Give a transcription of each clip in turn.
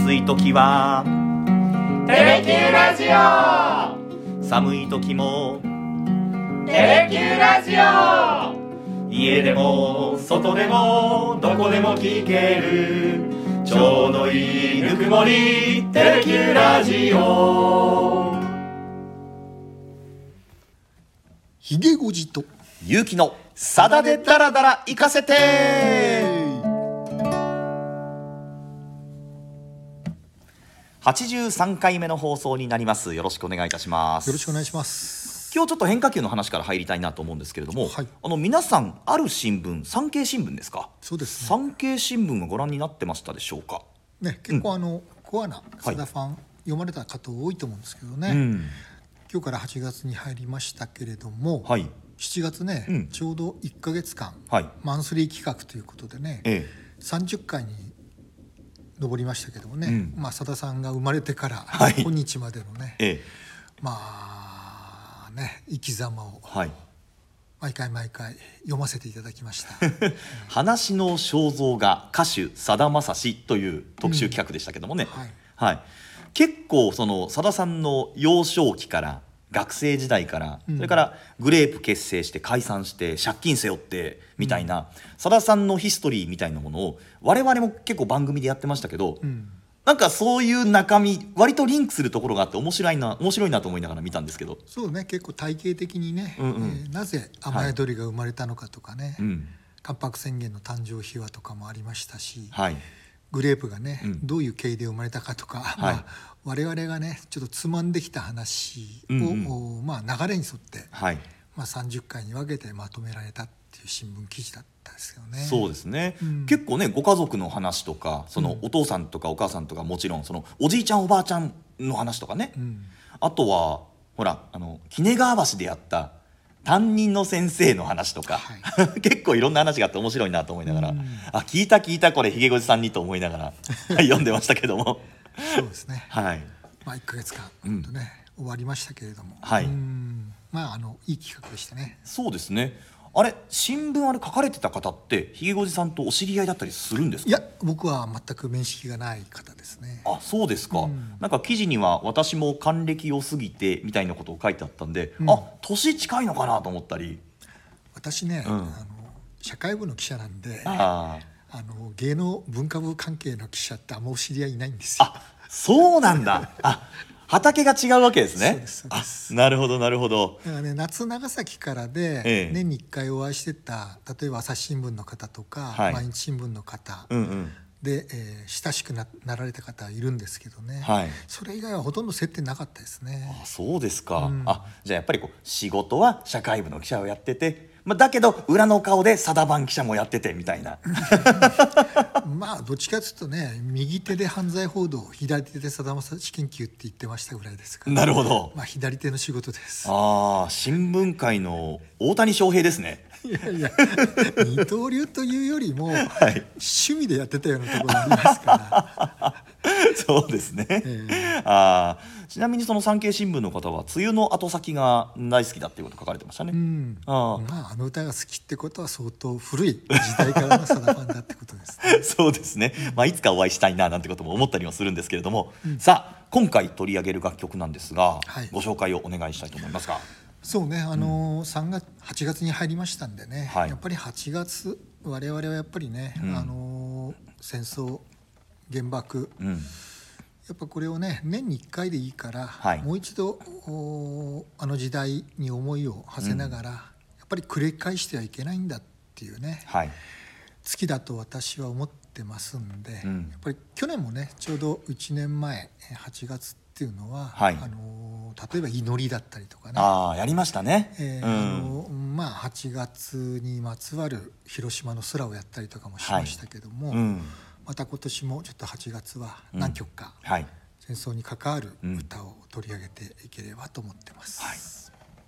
暑い時はテレキューラジオ、 寒い時もテレキューラジオ、 家でも外でもどこでも聞けるちょうどいいぬくもりテレキューラジオ。 ひげごじと勇気のさだでダラダラ行かせて。83回目の放送になります。よろしくお願いいたします。 よろしくお願いします。 今日ちょっと変化球の話から入りたいなと思うんですけれども、 はい、 皆さんある新聞、産経新聞ですか。 そうですね、 産経新聞をご覧になってましたでしょうか。 ね、結構コアなさだファン、読まれた方多いと思うんですけどね、今日から8月に入りましたけれども、 はい、 7月ね、ちょうど1ヶ月間、マンスリー企画ということでね、30回に上りましたけどもね、さださんが生まれてから今日までのね、生き様を毎回読ませていただきました話の肖像が歌手さだまさしという特集企画でしたけどもね、結構そのさださんの幼少期から学生時代から、それからグレープ結成して解散して借金背負ってみたいなさださんのヒストリーみたいなものを我々も結構番組でやってましたけど、なんかそういう中身割とリンクするところがあって面白いなと思いながら見たんですけど。 そうね、結構体系的にね、なぜ雨宿りが生まれたのかとかね、関白宣言の誕生秘話とかもありましたし、グレープがね、どういう経緯で生まれたかとか、我々がねちょっとつまんできた話を、流れに沿って、30回に分けてまとめられたっていう新聞記事だったんですよね。 そうですね、結構ねご家族の話とかそのお父さんとかお母さんとかもちろんそのおじいちゃんおばあちゃんの話とかね、あとはほら鬼怒川橋でやった担任の先生の話とか、結構いろんな話があって面白いなと思いながら、聞いたこれひげごじさんにと思いながら読んでましたけどもそうですね、1ヶ月間とね、終わりましたけれども、いい企画でしたね。 そうですね。あれ新聞書かれてた方ってひげごじさんとお知り合いだったりするんですか。 いや僕は全く面識がない方ですね。 あ、そうですか、なんか記事には私も還暦良すぎてみたいなことを書いてあったんで、年近いのかなと思ったり。 私ね、社会部の記者なんで、芸能文化部関係の記者ってあんまお知り合いいないんですよ。 あ、そうなんだ畑が違うわけですね。 そうです。 なるほどなるほど。 だからね、夏長崎からで年に1回お会いしてた、例えば朝日新聞の方とか、毎日新聞の方で、親しく なられた方いるんですけどね、それ以外はほとんど接点なかったですね。 あ、そうですか、じゃあやっぱり仕事は社会部の記者をやってて、だけど裏の顔でさだ番記者もやっててみたいなどっちかというとね、右手で犯罪報道、左手でさだまさし研究って言ってましたぐらいですから。 なるほど、 左手の仕事です。 新聞界の大谷翔平ですね。 いや二刀流というよりも、趣味でやってたようなところありますからそうですね、ちなみにその産経新聞の方は梅雨の後先が大好きだっていうこと書かれてましたね。 あの歌が好きってことは相当古い時代からのさだファンだってことですねそうですね、いつかお会いしたいななんてことも思ったりもするんですけれども、さあ今回取り上げる楽曲なんですが、ご紹介をお願いしたいと思いますが。 そうね、8月に入りましたんでね、やっぱり8月我々はやっぱりね、戦争原爆、やっぱこれをね年に1回でいいから、もう一度あの時代に思いを馳せながら、やっぱり繰り返してはいけないんだっていうね、月だと私は思ってますんで、やっぱり去年もねちょうど1年前8月っていうのは、例えば祈りだったりとかね、 やりましたね。 8月にまつわる広島の空をやったりとかもしましたけども、また今年もちょっと8月は何曲か戦争に関わる歌を取り上げていければと思ってます。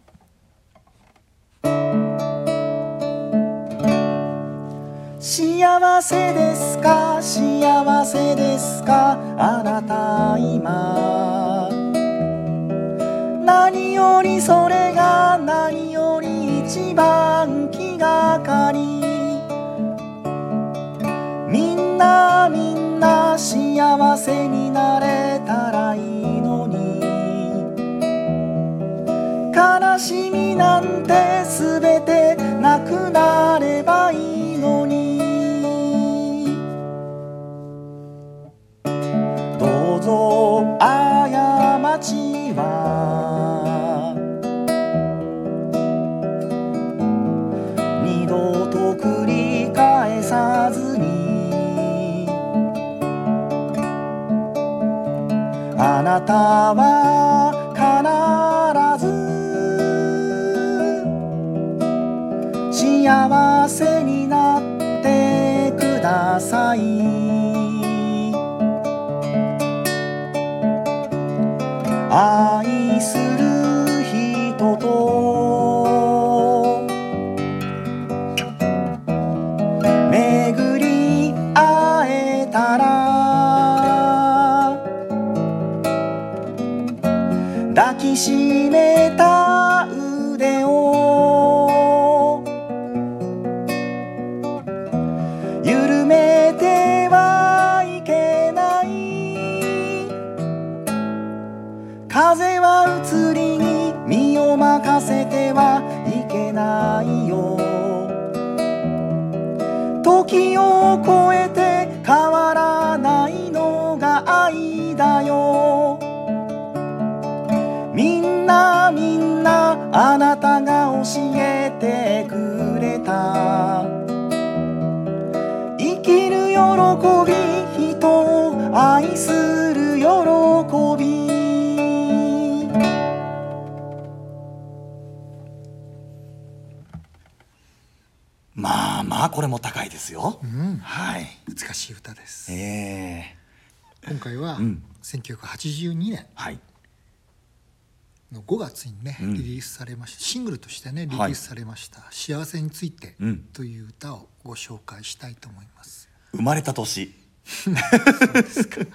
幸せですか幸せですかあなた今、何よりそれが何より一番気がかり、みんな幸幸せになれたらいいのに、悲しみなんてすべてなくなればいいのに。どうぞ過ちは二度と繰り返さずに、あなたは必ず幸せになってください。愛する人と巡り会えたら、抱きしめた腕を緩めてはいけない。風は移りに身を任せてはいけないよ。時を超えて変わらないのが愛だよ。みんなみんなあなたが教えてくれた。生きる喜び、人を愛する喜び。まあまあこれも高いですよ。はい。 難しい歌です。今回は1982年の5月にねリリースされました、シングルとしてねリリースされました「幸せについて」という歌をご紹介したいと思います。 生まれた年。 そうですか。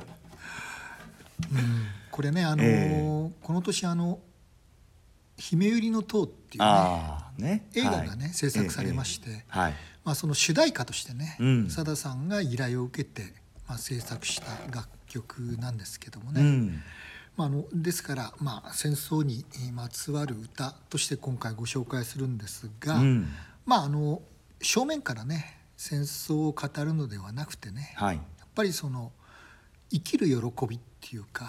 これねこの年姫百合の塔っていうね映画がね制作されまして、その主題歌としてねさださんが依頼を受けて制作した楽曲なんですけどもね、ですから戦争にまつわる歌として今回ご紹介するんですが、正面からね戦争を語るのではなくてね、やっぱりその生きる喜びっていうか、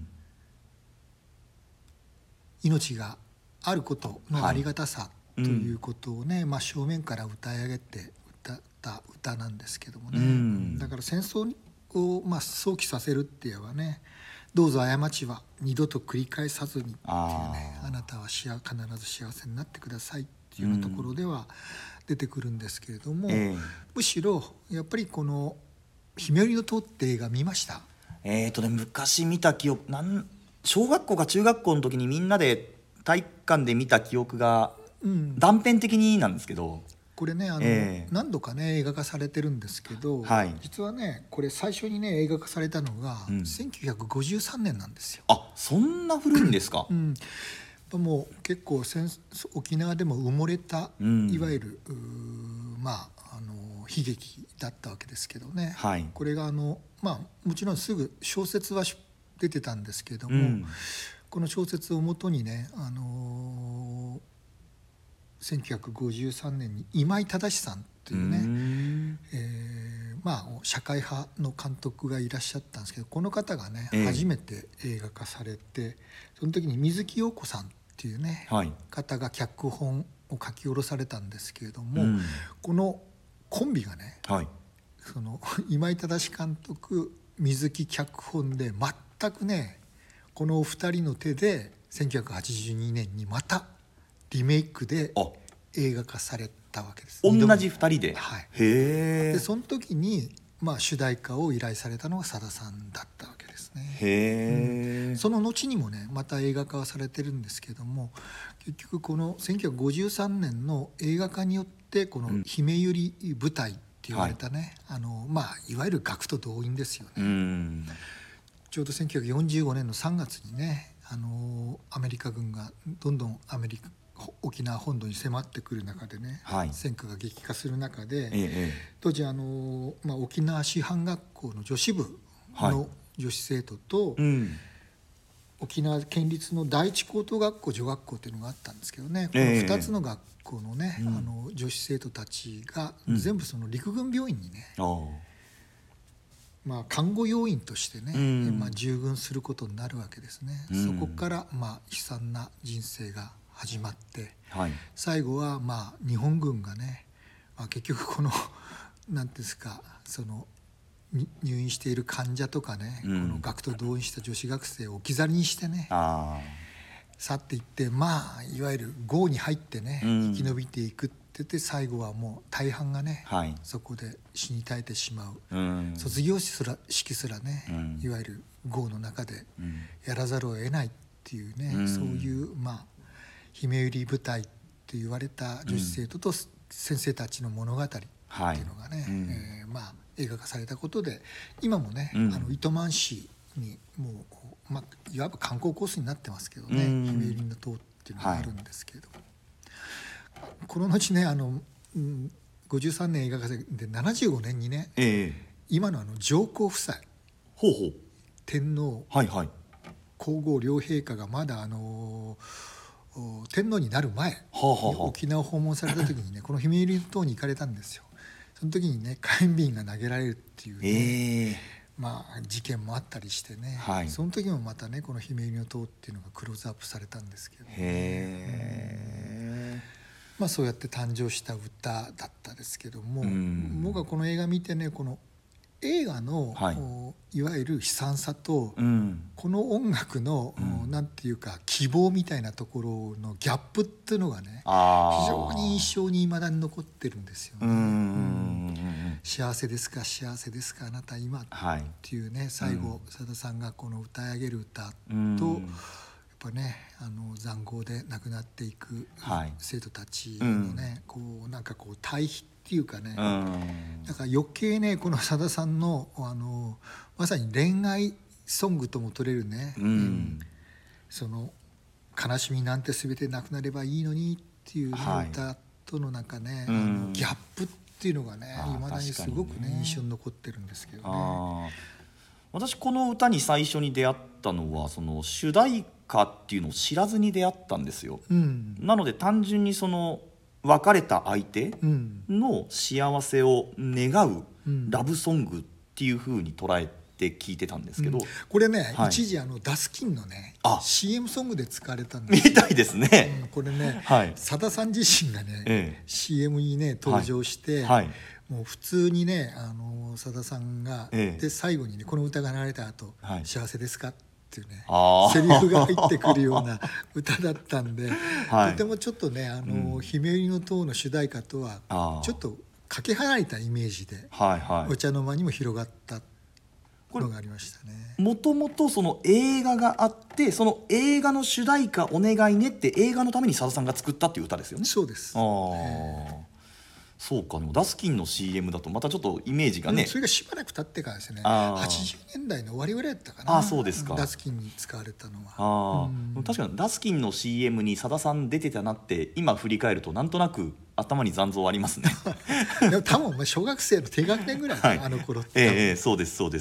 命があることのありがたさということをね、正面から歌い上げて歌った歌なんですけどもね、だから戦争を想起させるって言えばね、どうぞ過ちは二度と繰り返さずにっていうね、あなたは必ず幸せになってくださいっていうようなところでは出てくるんですけれども、むしろやっぱりこの「姫百合の塔」って映画見ました？ 昔見た記憶、小学校か中学校の時にみんなで体育館で見た記憶が断片的になんですけど、 これね何度かね映画化されてるんですけど、実はねこれ最初にね映画化されたのが1953年なんですよ。 あ、そんな古いんですか。 もう結構沖縄でも埋もれた、いわゆる悲劇だったわけですけどね、これがもちろんすぐ小説は出てたんですけども、この小説をもとにね、1953年に今井正さんというね、社会派の監督がいらっしゃったんですけど、この方がね、初めて映画化されて、その時に水木陽子さんっていうね、方が脚本を書き下ろされたんですけれども、このコンビがね、その今井正監督水木脚本で全くねこのお二人の手で1982年にまたリメイクで映画化されたわけです。 同じ2人で、 でその時に主題歌を依頼されたのがさださんだったわけですね。その後にもねまた映画化はされてるんですけども、結局この1953年の映画化によってこの姫百合舞台って言われたね、いわゆる学徒動員ですよね。ちょうど1945年の3月にねアメリカ軍がどんどん沖縄本土に迫ってくる中でね、戦火が激化する中で、当時沖縄師範学校の女子部の女子生徒と、沖縄県立の第一高等学校女学校っていうのがあったんですけどね、この2つの学校のね、女子生徒たちが全部その陸軍病院にね、看護要員としてね、従軍することになるわけですね。そこから悲惨な人生が始まって、最後は日本軍がね、結局この何ていうんですか、その入院している患者とかね、この学徒動員した女子学生を置き去りにしてね、去っていって、いわゆる壕に入ってね、生き延びていくって言って、最後はもう大半がね、そこで死に絶えてしまう、卒業式すらね、いわゆる壕の中でやらざるを得ないっていうね、そういうひめゆり部隊って言われた女子生徒と先生たちの物語っていうのがね、映画化されたことで、今もね、糸満市にもう、いわば観光コースになってますけどね、ひめゆりの塔っていうのがあるんですけれども、この後ね、53年映画化で75年にね、今の上皇夫妻、天皇、皇后両陛下がまだ天皇になる前、沖縄を訪問された時にね、このひめゆりの塔に行かれたんですよ。その時にね、火炎瓶が投げられるっていうね、事件もあったりしてね、その時もまたね、このひめゆりの塔っていうのがクローズアップされたんですけど、そうやって誕生した歌だったですけども、僕はこの映画見てね、この映画の、いわゆる悲惨さと、この音楽の、なんていうか希望みたいなところのギャップっていうのがね、非常に印象に未だに残ってるんですよね。幸せですか、幸せですか、あなた今っていうね、最後さださんがこの歌い上げる歌と、やっぱね、塹壕で亡くなっていく生徒たちのね、なんか対比っていうかね、だから余計ね、このさださんのまさに恋愛ソングとも取れるね、その悲しみなんて全てなくなればいいのにっていう、歌とのなんかね、ギャップっていうのがね、未だにすごくね、印象に残ってるんですけどね。 私この歌に最初に出会ったのは、その主題歌っていうのを知らずに出会ったんですよ。なので単純にその別れた相手の幸せを願うラブソングっていう風に捉えて聞いてたんですけど、 これね、一時ダスキンのね CM ソングで使われたんですみたいですね。 これね、さださん自身がね、CM にね登場して、もう普通にね、さださんが、で最後にね、この歌が流れた後、幸せですかっていうね、セリフが入ってくるような歌だったんで、とてもちょっとね、ひめゆりの塔の主題歌とはちょっとかけ離れたイメージで、お茶の間にも広がったのがありましたね。 もともとその映画があって、その映画の主題歌お願いねって映画のためにさださんが作ったっていう歌ですよね。 そうです。 そうか、でもダスキンの CM だとまたちょっとイメージがね、 それがしばらく経ってからですね、80年代の終わりぐらいだったかな。 そうですか。 ダスキンに使われたのは。 確かにダスキンの CM にさださん出てたなって今振り返るとなんとなく頭に残像ありますね。 でも多分小学生の低学年ぐらい、あの頃って。 そうですそうです、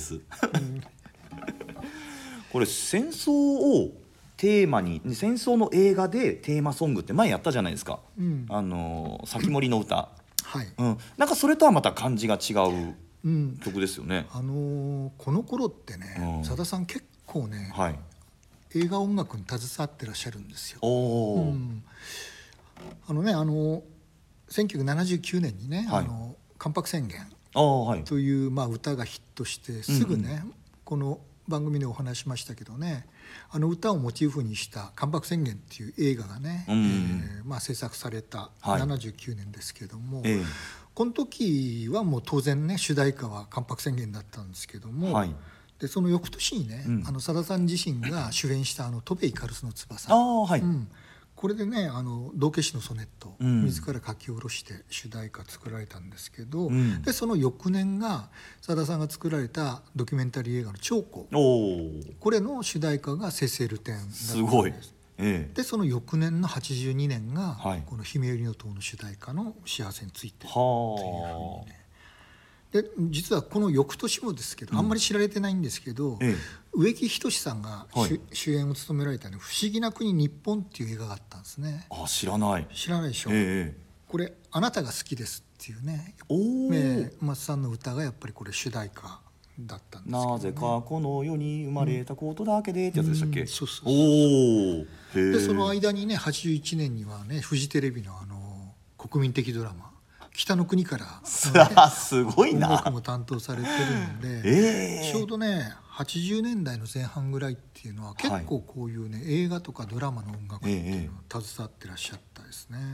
これ戦争をテーマに、戦争の映画でテーマソングって前やったじゃないですか、先森の歌、なんかそれとはまた感じが違う曲ですよね。 この頃ってね、さださん結構ね、映画音楽に携わってらっしゃるんですよ。1979年にね、関白宣言という歌がヒットしてすぐね、この番組でお話しましたけどね、歌をモチーフにした関白宣言っていう映画がね、制作された79年ですけども、この時はもう当然ね、主題歌は関白宣言だったんですけども、でその翌年にね、さださん自身が主演した「戸部イカルスの翼」、これでね、道化師のソネット自ら書き下ろして主題歌作られたんですけど、でその翌年がさださんが作られたドキュメンタリー映画の「長江」、これの主題歌が「セセルテン」だったんです。 すごい。 でその翌年の82年が、この「ひめゆりの塔」の主題歌の「幸せについて」っていうふうにね、 で実はこの翌年もですけど、あんまり知られてないんですけど、植木仁さんが、主演を務められた、ね「不思議な国日本」っていう映画があったんですね。 知らないでしょ、これ「あなたが好きです」っていうね、松さんの歌がやっぱりこれ主題歌だったんですけど、ね、 なぜかこの世に生まれたことだけでってやつでしたっけ。 そうでその間にね81年にはねフジテレビの国民的ドラマ「北の国から」 すごいな、 音楽も担当されてるので、ちょうどね80年代の前半ぐらいっていうのは結構こういうね、映画とかドラマの音楽っていうのを携わってらっしゃったですね。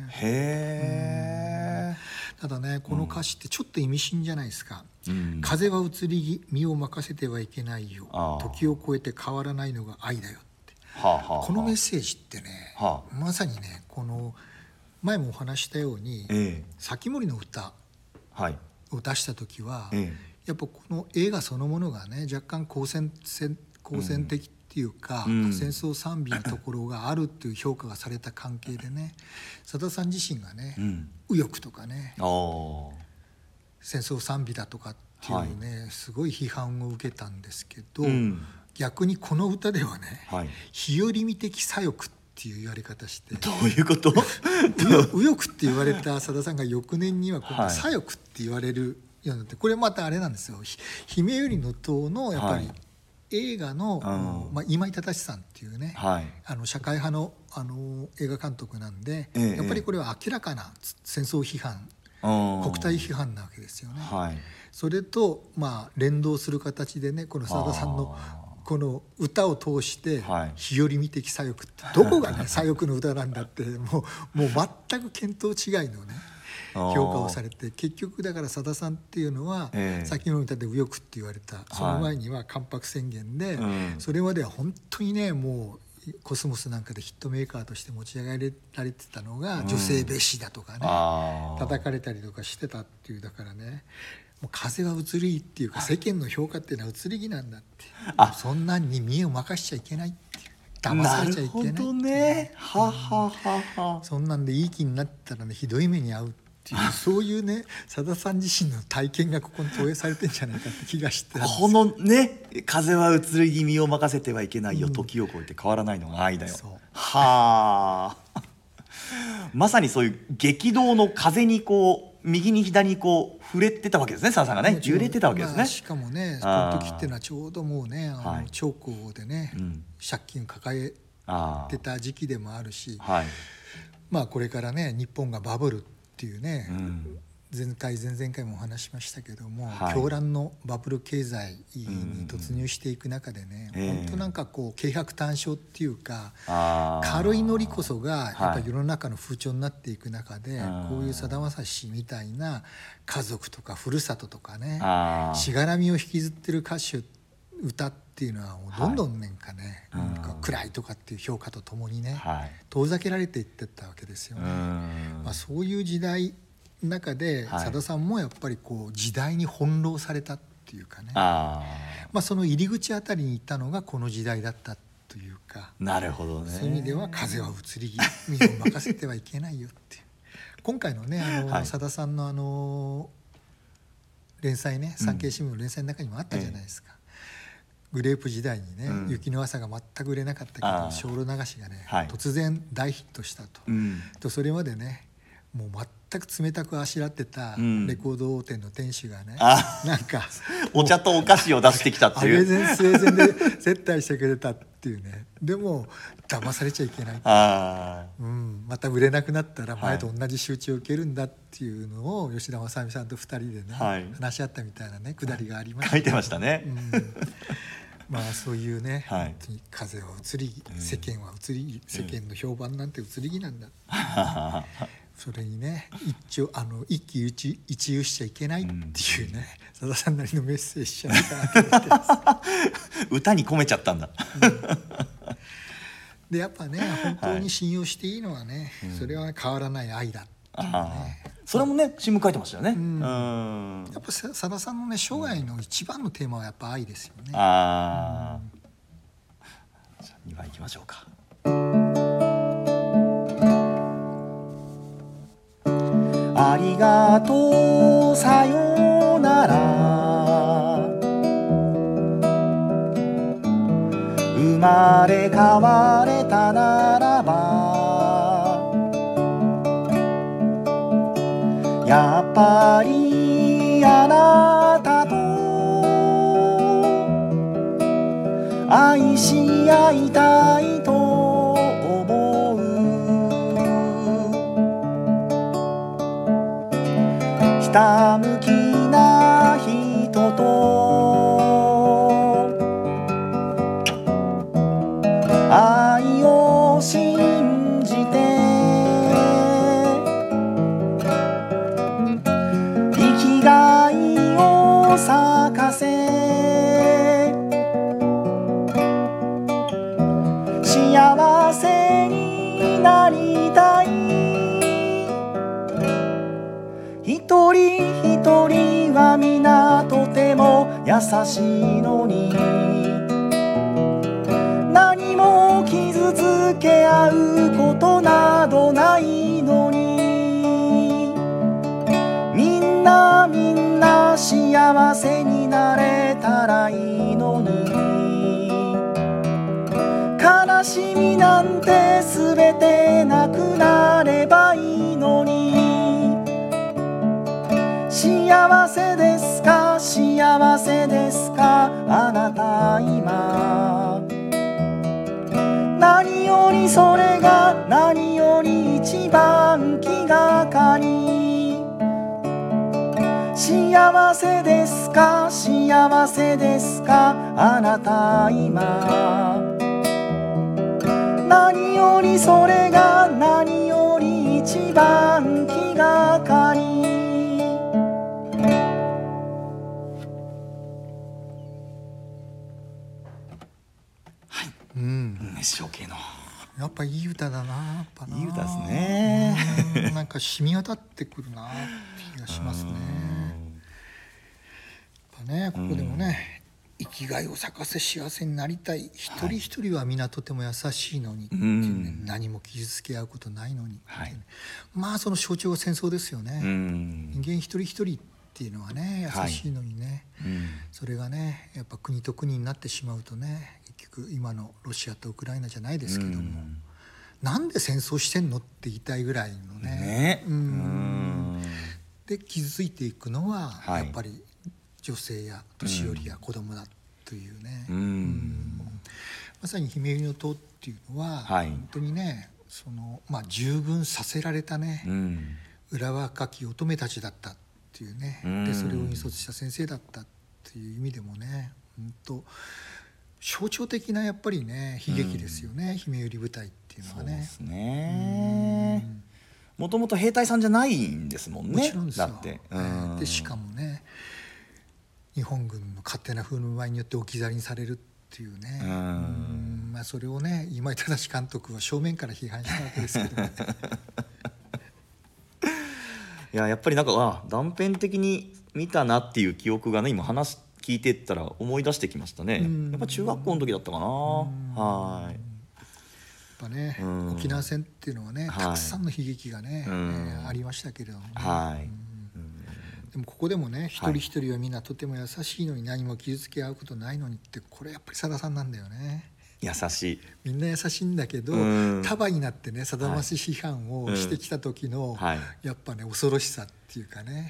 ただねこの歌詞ってちょっと意味深じゃないですか。風は移り気、身を任せてはいけないよ、時を超えて変わらないのが愛だよって、このメッセージってね、まさにねこの前もお話したように、先森の歌を出した時は、やっぱこの映画そのものがね若干好戦的っていうか、戦争賛美のところがあるっていう評価がされた関係でね、さださん自身がね、右翼とかね戦争賛美だとかっていうね、すごい批判を受けたんですけど、逆にこの歌ではね、日和見的左翼っていう言われ方して、 どういうこと右翼って言われたさださんが翌年には今度左翼って言われるようになって、これまたあれなんですよ。姫百合の塔のやっぱり映画の、今井正さんっていうね、社会派の、映画監督なんで、やっぱりこれは明らかな戦争批判、国体批判なわけですよね。それと連動する形でね、このさださんのこの歌を通して日和見的左翼ってどこがね左翼の歌なんだってもう全く見当違いのね評価をされて、結局だからさださんっていうのは、先の歌で右翼って言われたその前には関白宣言で、それまでは本当にねもうコスモスなんかでヒットメーカーとして持ち上げられてたのが、女性蔑視だとかね叩かれたりとかしてたっていう、だからねもう風は移りっていうか、世間の評価っていうのは移り気なんだって、そんなんに身を任しちゃいけないっていう、騙されちゃいけないっていう、 ね、 そんなんでいい気になったらねひどい目に遭うっていうそういうねさださん自身の体験がここに投影されてんじゃないかって気がしてたんですよ。 このね風は移り気、身を任せてはいけないよ、時を超えて変わらないのが愛だよ。まさにそういう激動の風にこう右に左にこう触れてたわけですね、さださんがね揺れてたわけですね。 しかもねこの時っていうのはちょうどもうね長江でね、借金抱えてた時期でもあるし、これからね日本がバブルっていうね、前々回もお話しましたけども、狂乱のバブル経済に突入していく中でね、本当なんかこう軽薄短笑っていうか、軽いノリこそがやっぱり世の中の風潮になっていく中で、こういうさだまさしみたいな家族とかふるさととかねしがらみを引きずってる歌手歌っていうのはもうどんどんなんかね、なんか暗いとかっていう評価とともにね、遠ざけられていってったわけですよね。そういう時代中でさださんもやっぱりこう時代に翻弄されたっていうかね、その入り口あたりにいたのがこの時代だったというか、 なるほどね、 そういう意味では風は移り気、身を任せてはいけないよっていう今回のねさださんの連載ね、産経新聞の連載の中にもあったじゃないですか。グレープ時代にね、雪の朝が全く売れなかったけど精霊流しがね、突然大ヒットしたと、それまでねもう全く冷たくあしらってたレコード大手の店主がね、なんかお茶とお菓子を出してきたっていう、 あげぜんすえぜんで接待してくれたっていうね。でも騙されちゃいけない、また売れなくなったら前と同じ仕打ちを受けるんだっていうのを吉田正美さんと2人でね、話し合ったみたいなねくだりがありました、 書いてましたね。 そういうね、本当に風は移り気、世間は移り気、世間の評判なんて移り気なんだそれにね一喜一憂しちゃいけないっていうね、さださんなりのメッセージじゃないかなと思ってます歌に込めちゃったんだでやっぱね本当に信用していいのはね、それは変わらない愛だっていうね、 それもね新聞書いてましたよね。 やっぱさださんのね生涯の一番のテーマはやっぱ愛ですよね。じゃあ2番いきましょうか。ありがとうさようななら生まれ変われたならばやっぱりあなたと愛し合いたいと思うひたむきな人と愛を信じて生きがいを咲かせ幸せになりたい一人一人は皆とても優しいのに何も傷つけ合うことなどないのにみんな幸せになれたらいいのに悲しみなんてすべてなくなればいいのに幸せですか幸せですかあなた今何よりそれが何より一番気がかり幸せですか幸せですかあなた今何よりそれが何より一番気がかりはい、熱唱系のやっぱいい歌だな、やっぱな。 いい歌ですね。 なんか染み渡ってくるなって気がしますね。やっぱね、ここでもね、生きがいを咲かせ幸せになりたい。一人一人は皆とても優しいのにっていうね、何も傷つけ合うことないのにっていうね、まあその象徴が戦争ですよね。人間一人一人っていうのはね優しいのにね、それがねやっぱ国と国になってしまうとね、結局今のロシアとウクライナじゃないですけども、なんで戦争してんのって言いたいぐらいのね、で傷ついていくのはやっぱり女性や年寄りや子供だというね、まさに姫百合の塔っていうのは、本当にねその、従軍させられたね、裏若き乙女たちだったっていうね、でそれを引率した先生だったっていう意味でもね、本当象徴的なやっぱりね悲劇ですよね、姫百合部隊っていうのはね。そうですね。もともと兵隊さんじゃないんですもんね。 もちろんですよ。 だって、 でしかもね日本軍の勝手な振る舞いによって置き去りにされるっていうね、それをね今井正監督は正面から批判したわけですけどねやっぱりなんか断片的に見たなっていう記憶がね今話聞いてったら思い出してきましたね。やっぱ中学校の時だったかな。はい。やっぱね、沖縄戦っていうのはね、たくさんの悲劇がね、ありましたけれどもね。でもここでもね、一人一人はみんなとても優しいのに何も傷つけ合うことないのにって、これやっぱりさださんなんだよね。 優しい。 みんな優しいんだけど、束になってねさだまし批判をしてきた時の、やっぱね恐ろしさっていうかね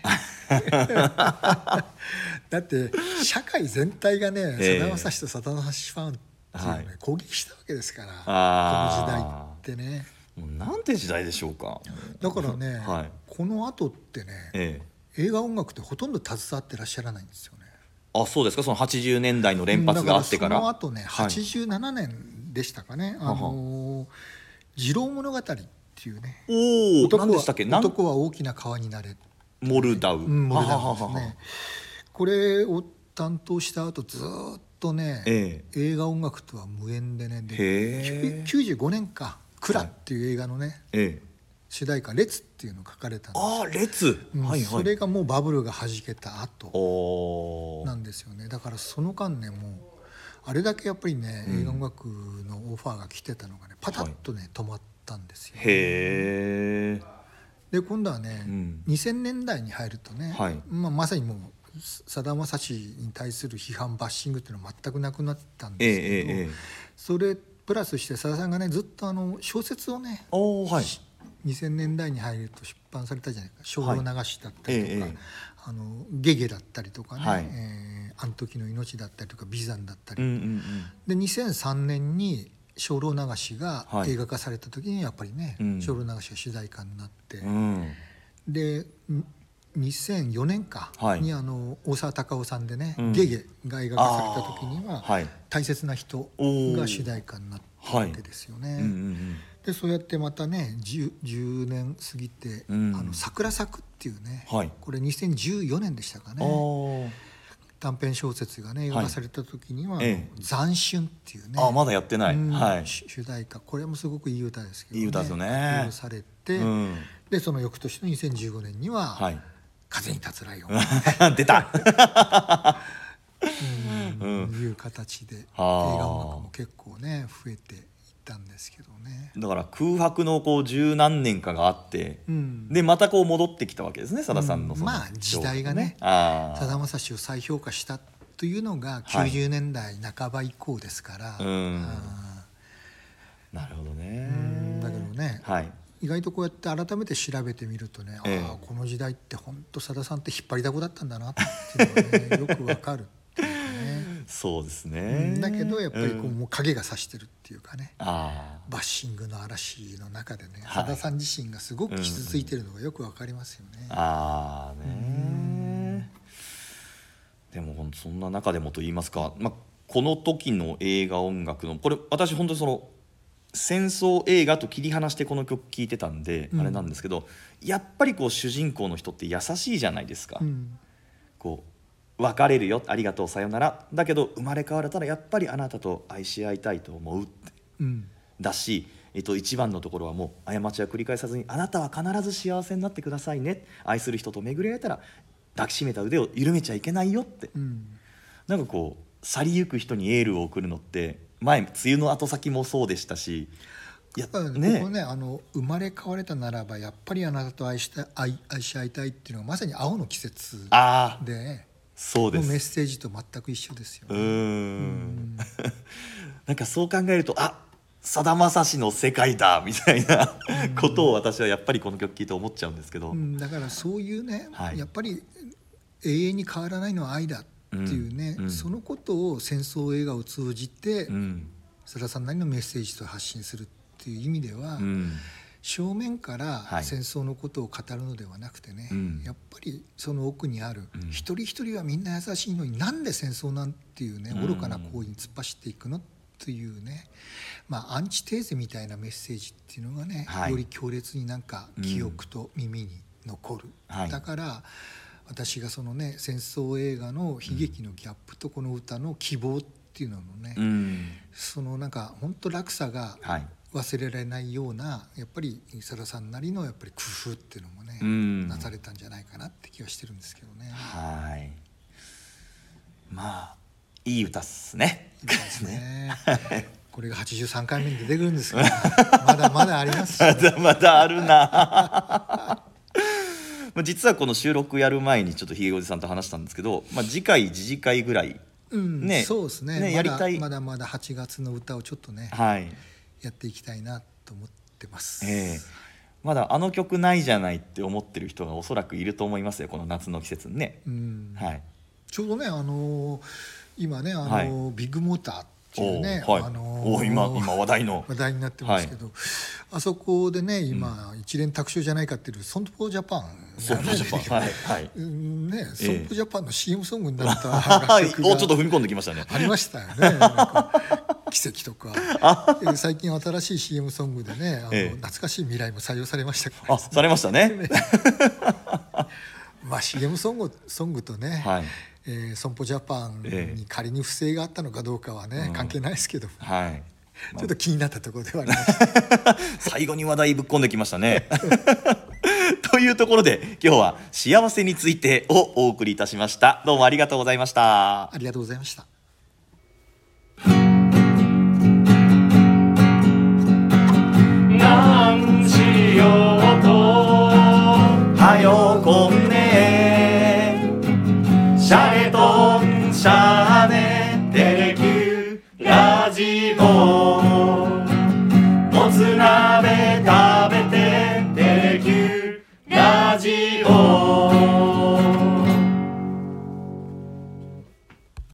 だって社会全体がねさだまさしとさだまさしファンっていうのをね、攻撃したわけですから、この時代ってね。 もうなんて時代でしょうか。 だからね、この後ってね、映画音楽ってほとんど携わってらっしゃらないんですよね。 あ、そうですか。その80年代の連発があってから。 その後ね、87年でしたかね、次郎物語っていうね、 何でしたっけ。 男は大きな川になれ、 モルダウ、 モルダウですね。これを担当した後ずっとね、映画音楽とは無縁でね、95年か「クラ」っていう映画のね、主題歌「列」っていうのを書かれたんですよ。 列、 それがもうバブルがはじけた後なんですよね。だからその間ね、もうあれだけやっぱりね、映画音楽のオファーが来てたのがねパタッとね、止まったんですよ。で今度はね、2000年代に入るとね、まさにもうさだまさしに対する批判バッシングっていうのは全くなくなったんですけど、それプラスしてさださんがねずっと小説をね、2000年代に入ると出版されたじゃないか、精霊流しだったりとか、ゲゲだったりとかね、あの時の命だったりとか、美山だったり、で2003年に精霊流しが映画化された時にやっぱりね、精霊流しが主題歌になって、で2004年かに大沢たかおさんでね、ゲゲが映画化された時には大切な人が主題歌になったわけですよね。でそうやってまたね 10年過ぎて桜咲くっていうね、これ2014年でしたかね、短編小説がね映画化された時には斬春っていうね、 まだやってない、 主題歌、これもすごくいい歌ですけどね、 いい歌ですよね、 発表されて、でその翌年の2015年には風に立つライオン出たいう形で映画音楽も結構ね増えていったんですけどね。 だから空白の十何年かがあって、でまた戻ってきたわけですね、さださんのその、 時代がねさだまさしを再評価したというのが90年代半ば以降ですから、 なるほどね。 だけどね、意外とこうやって改めて調べてみるとね、この時代って本当さださんって引っ張りだこだったんだなっていうのがねよくわかるっていうかね。 そうですね。 だけどやっぱりもう影が差してるっていうかね、バッシングの嵐の中でね、さださん自身がすごく傷ついてるのがよくわかりますよね。 でもそんな中でもと言いますか、この時の映画音楽のこれ私本当に戦争映画と切り離してこの曲聴いてたんで、あれなんですけど、やっぱり主人公の人って優しいじゃないですか。別れるよ、ありがとう、さよなら、だけど生まれ変われたらやっぱりあなたと愛し合いたいと思うって、だし、一番のところはもう過ちは繰り返さずに、あなたは必ず幸せになってくださいね、愛する人と巡り合えたら抱きしめた腕を緩めちゃいけないよって、なんか去りゆく人にエールを送るのって前梅雨の後先もそうでしたし、 やっぱりね、生まれ変われたならばやっぱりあなたと愛し合いたいっていうのがまさに青の季節で、 そうです、 メッセージと全く一緒ですよね。 なんかそう考えると、さだまさしの世界だみたいなことを私はやっぱりこの曲聴いて思っちゃうんですけど、 だからそういうね、やっぱり永遠に変わらないのは愛だっていうね、そのことを戦争映画を通じてさださんなりのメッセージと発信するっていう意味では、正面から戦争のことを語るのではなくてね、やっぱりその奥にある、一人一人はみんな優しいのになんで戦争なんていうね、愚かな行為に突っ走っていくのというね、アンチテーゼみたいなメッセージっていうのがね、より強烈になんか記憶と耳に残る、だから私がそのね戦争映画の悲劇のギャップとこの歌の希望っていうののね、そのなんか本当落差が忘れられないような、やっぱりさださんなりのやっぱり工夫っていうのもね、なされたんじゃないかなって気はしてるんですけどね。 いい歌っすね。 これが83回目に出てくるんですけど、まだまだありますし、 まだまだあるな実はこの収録やる前にちょっとひげおじさんと話したんですけど、次回次次回ぐらいそうですね、 やりたい、 まだまだ8月の歌をちょっとね、やっていきたいなと思ってます。 まだあの曲ないじゃないって思ってる人がおそらくいると思いますよ、この夏の季節にね。 ちょうどね今ねビッグモーターっていうね、 今話題になってますけど、あそこでね今一連卓上じゃないかっていう損保ジャパン損保ジャパン損保ジャパンの CM ソングになった楽曲がちょっと踏み込んできましたね。 ありましたよね。奇跡とか最近新しい CM ソングでね懐かしい未来も採用されましたからされましたね。 CM ソングとね、損保ジャパンに仮に不正があったのかどうかはね、関係ないですけど、ちょっと気になったところではあります。 最後に話題ぶっ込んできましたね。というところで今日は幸せについてをお送りいたしました。どうもありがとうございました。 ありがとうございました。 なんしようとはよこんねしジオもつ鍋食べてテレキューラジオ